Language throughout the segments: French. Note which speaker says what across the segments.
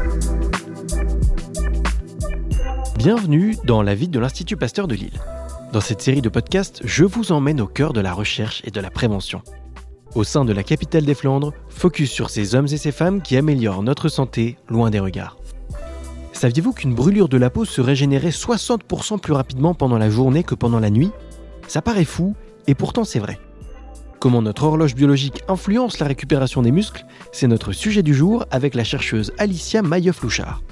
Speaker 1: Bienvenue dans la vie de l'Institut Pasteur de Lille. Dans cette série de podcasts, je vous emmène au cœur de la recherche et de la prévention. Au sein de la capitale des Flandres, focus sur ces hommes et ces femmes qui améliorent notre santé loin des regards. Saviez-vous qu'une brûlure de la peau se régénérait 60% plus rapidement pendant la journée que pendant la nuit ? Ça paraît fou, et pourtant c'est vrai. Comment notre horloge biologique influence la récupération des muscles ? C'est notre sujet du jour avec la chercheuse Alicia Mailleuf-Louchard.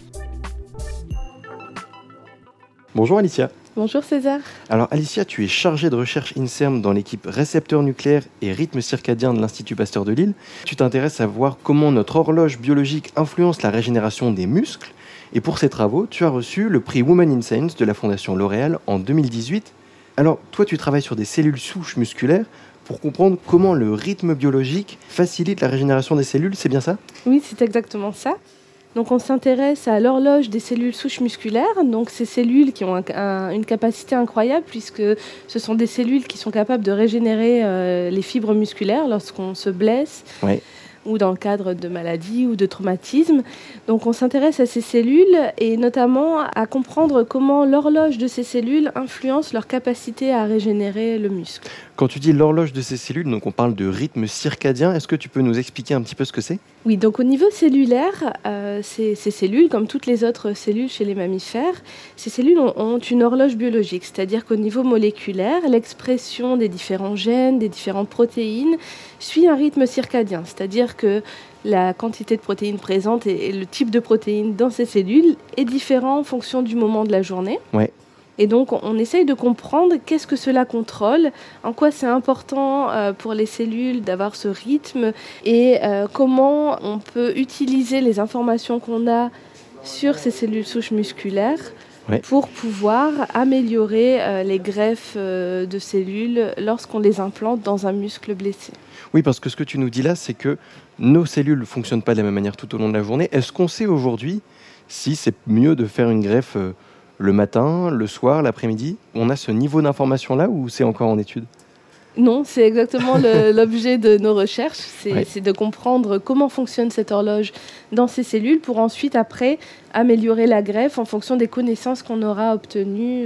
Speaker 1: Bonjour Alicia.
Speaker 2: Bonjour César.
Speaker 1: Alors Alicia, tu es chargée de recherche INSERM dans l'équipe récepteurs nucléaires et rythme circadien de l'Institut Pasteur de Lille. Tu t'intéresses à voir comment notre horloge biologique influence la régénération des muscles. Et pour ces travaux, tu as reçu le prix Women in Science de la Fondation L'Oréal en 2018. Alors toi, tu travailles sur des cellules souches musculaires pour comprendre comment le rythme biologique facilite la régénération des cellules, c'est bien ça ?
Speaker 2: Oui, c'est exactement ça. Donc on s'intéresse à l'horloge des cellules souches musculaires, donc ces cellules qui ont une capacité incroyable puisque ce sont des cellules qui sont capables de régénérer les fibres musculaires lorsqu'on se blesse ou dans le cadre de maladies ou de traumatismes. Donc on s'intéresse à ces cellules et notamment à comprendre comment l'horloge de ces cellules influence leur capacité à régénérer le muscle.
Speaker 1: Quand tu dis l'horloge de ces cellules, donc on parle de rythme circadien, est-ce que tu peux nous expliquer un petit peu ce que c'est ?
Speaker 2: Oui, donc au niveau cellulaire, ces cellules, comme toutes les autres cellules chez les mammifères, ces cellules ont une horloge biologique, c'est-à-dire qu'au niveau moléculaire, l'expression des différents gènes, des différentes protéines, suit un rythme circadien, c'est-à-dire que la quantité de protéines présentes et le type de protéines dans ces cellules est différent en fonction du moment de la journée.
Speaker 1: Ouais.
Speaker 2: Et donc, on essaye de comprendre qu'est-ce que cela contrôle, en quoi c'est important pour les cellules d'avoir ce rythme et comment on peut utiliser les informations qu'on a sur ces cellules souches musculaires pour pouvoir améliorer les greffes de cellules lorsqu'on les implante dans un muscle blessé.
Speaker 1: Oui, parce que ce que tu nous dis là, c'est que nos cellules ne fonctionnent pas de la même manière tout au long de la journée. Est-ce qu'on sait aujourd'hui si c'est mieux de faire une greffe le matin, le soir, l'après-midi ? On a ce niveau d'information-là ou c'est encore en étude ?
Speaker 2: Non, c'est exactement l'objet de nos recherches. C'est de comprendre comment fonctionne cette horloge dans ces cellules pour ensuite, après, améliorer la greffe en fonction des connaissances qu'on aura obtenues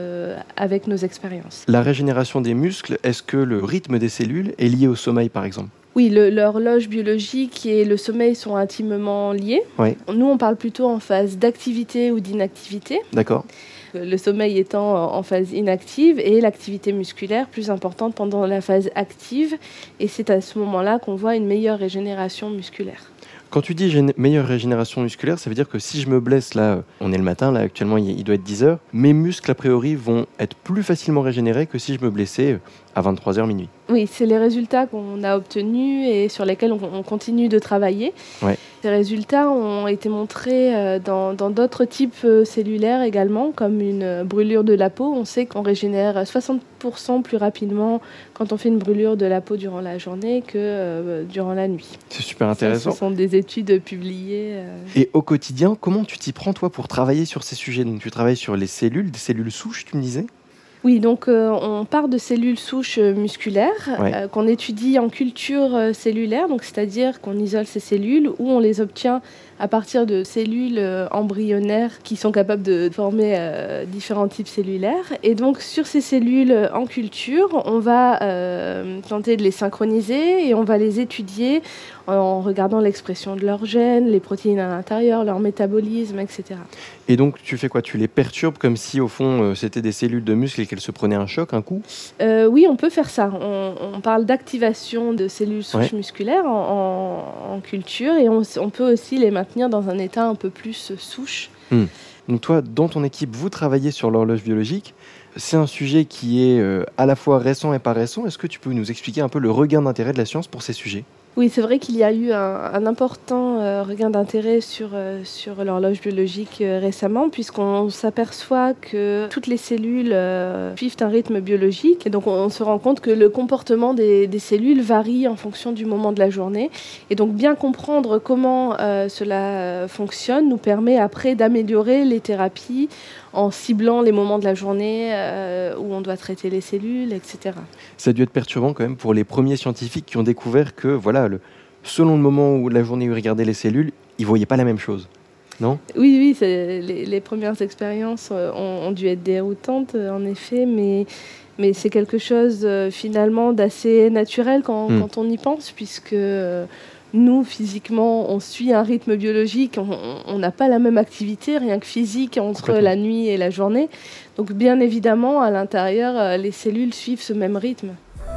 Speaker 2: avec nos expériences.
Speaker 1: La régénération des muscles, est-ce que le rythme des cellules est lié au sommeil, par exemple ?
Speaker 2: Oui, l'horloge biologique et le sommeil sont intimement liés.
Speaker 1: Oui.
Speaker 2: Nous, on parle plutôt en phase d'activité ou d'inactivité.
Speaker 1: D'accord.
Speaker 2: Le sommeil étant en phase inactive et l'activité musculaire plus importante pendant la phase active. Et c'est à ce moment-là qu'on voit une meilleure régénération musculaire.
Speaker 1: Quand tu dis meilleure régénération musculaire, ça veut dire que si je me blesse, là, on est le matin, là actuellement il doit être 10h, mes muscles a priori vont être plus facilement régénérés que si je me blessais à 23h minuit.
Speaker 2: Oui, c'est les résultats qu'on a obtenus et sur lesquels on continue de travailler. Ouais. Ces résultats ont été montrés dans d'autres types cellulaires également, comme une brûlure de la peau. On sait qu'on régénère 60% plus rapidement quand on fait une brûlure de la peau durant la journée que durant la nuit.
Speaker 1: C'est super intéressant.
Speaker 2: Ce sont des études publiées.
Speaker 1: Et au quotidien, comment tu t'y prends toi pour travailler sur ces sujets ? Donc tu travailles sur les cellules, des cellules souches, tu me disais ?
Speaker 2: Oui, donc on part de cellules souches musculaires qu'on étudie en culture cellulaire, donc c'est-à-dire qu'on isole ces cellules ou on les obtient à partir de cellules embryonnaires qui sont capables de former différents types cellulaires. Et donc sur ces cellules en culture, on va tenter de les synchroniser et on va les étudier en regardant l'expression de leurs gènes, les protéines à l'intérieur, leur métabolisme, etc.
Speaker 1: Et donc tu fais quoi ? Tu les perturbes comme si au fond c'était des cellules de muscles et qu'elles se prenaient un choc, un coup ?
Speaker 2: Oui, on peut faire ça. On parle d'activation de cellules souches musculaires en culture et on peut aussi les maintenir dans un état un peu plus souche.
Speaker 1: Donc toi, dans ton équipe, vous travaillez sur l'horloge biologique. C'est un sujet qui est à la fois récent et pas récent. Est-ce que tu peux nous expliquer un peu le regain d'intérêt de la science pour ces sujets ?
Speaker 2: Oui, c'est vrai qu'il y a eu un important regain d'intérêt sur l'horloge biologique récemment, puisqu'on s'aperçoit que toutes les cellules suivent un rythme biologique. Et donc, on se rend compte que le comportement des cellules varie en fonction du moment de la journée. Et donc, bien comprendre comment cela fonctionne nous permet après d'améliorer les thérapies en ciblant les moments de la journée où on doit traiter les cellules, etc.
Speaker 1: Ça a dû être perturbant quand même pour les premiers scientifiques qui ont découvert que, voilà, selon le moment où la journée où ils regardaient les cellules, ils ne voyaient pas la même chose. non ?
Speaker 2: Oui, les premières expériences ont dû être déroutantes, en effet, mais c'est quelque chose finalement d'assez naturel quand on y pense, puisque nous, physiquement, on suit un rythme biologique, on n'a pas la même activité, rien que physique, entre la nuit et la journée. Donc bien évidemment, à l'intérieur, les cellules suivent ce même rythme.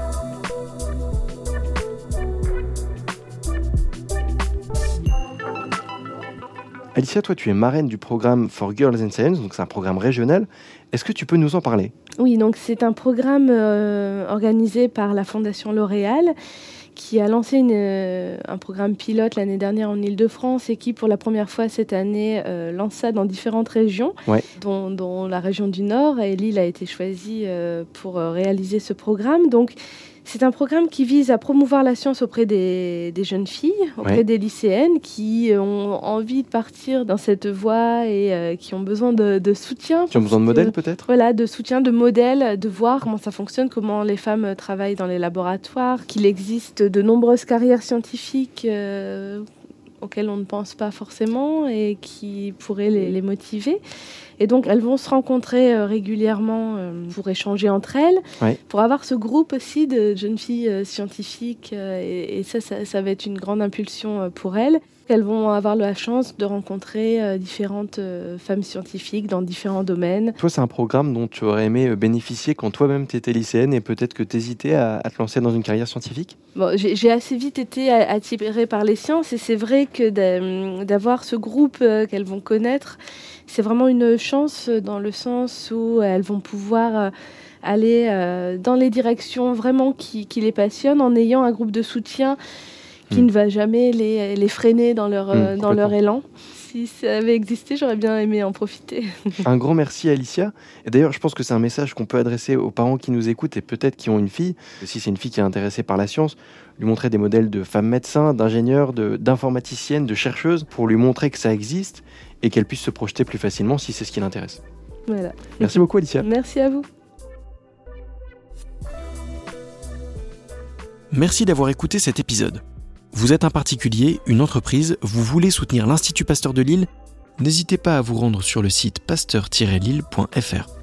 Speaker 1: Alicia, toi, tu es marraine du programme For Girls in Science, donc c'est un programme régional. Est-ce que tu peux nous en parler ?
Speaker 2: Oui, donc c'est un programme organisé par la Fondation L'Oréal qui a lancé un programme pilote l'année dernière en Île-de-France et qui, pour la première fois cette année, lance ça dans différentes régions, dont la région du Nord. Et Lille a été choisie pour réaliser ce programme. Donc, c'est un programme qui vise à promouvoir la science auprès des jeunes filles, auprès des lycéennes qui ont envie de partir dans cette voie et qui ont besoin de soutien.
Speaker 1: Qui ont besoin de modèles peut-être ?
Speaker 2: Voilà, de soutien, de modèles, de voir comment ça fonctionne, comment les femmes travaillent dans les laboratoires, qu'il existe de nombreuses carrières scientifiques auxquelles on ne pense pas forcément et qui pourraient les motiver. Et donc, elles vont se rencontrer régulièrement pour échanger entre elles, pour avoir ce groupe aussi de jeunes filles scientifiques. Et ça va être une grande impulsion pour elles. Elles vont avoir la chance de rencontrer différentes femmes scientifiques dans différents domaines.
Speaker 1: Toi, c'est un programme dont tu aurais aimé bénéficier quand toi-même tu étais lycéenne et peut-être que tu hésitais à te lancer dans une carrière scientifique ?
Speaker 2: Bon, j'ai assez vite été attirée par les sciences et c'est vrai que d'avoir ce groupe qu'elles vont connaître, c'est vraiment une chance dans le sens où elles vont pouvoir aller dans les directions vraiment qui les passionnent en ayant un groupe de soutien qui ne va jamais les freiner dans leur élan. Si ça avait existé, j'aurais bien aimé en profiter.
Speaker 1: Un grand merci Alicia. Et d'ailleurs, je pense que c'est un message qu'on peut adresser aux parents qui nous écoutent et peut-être qui ont une fille. Si c'est une fille qui est intéressée par la science, lui montrer des modèles de femmes médecins, d'ingénieurs, d'informaticiennes, de chercheuses, pour lui montrer que ça existe et qu'elle puisse se projeter plus facilement si c'est ce qui l'intéresse.
Speaker 2: Voilà.
Speaker 1: Merci beaucoup Alicia.
Speaker 2: Merci à vous.
Speaker 1: Merci d'avoir écouté cet épisode. Vous êtes un particulier, une entreprise, vous voulez soutenir l'Institut Pasteur de Lille ? N'hésitez pas à vous rendre sur le site pasteur-lille.fr.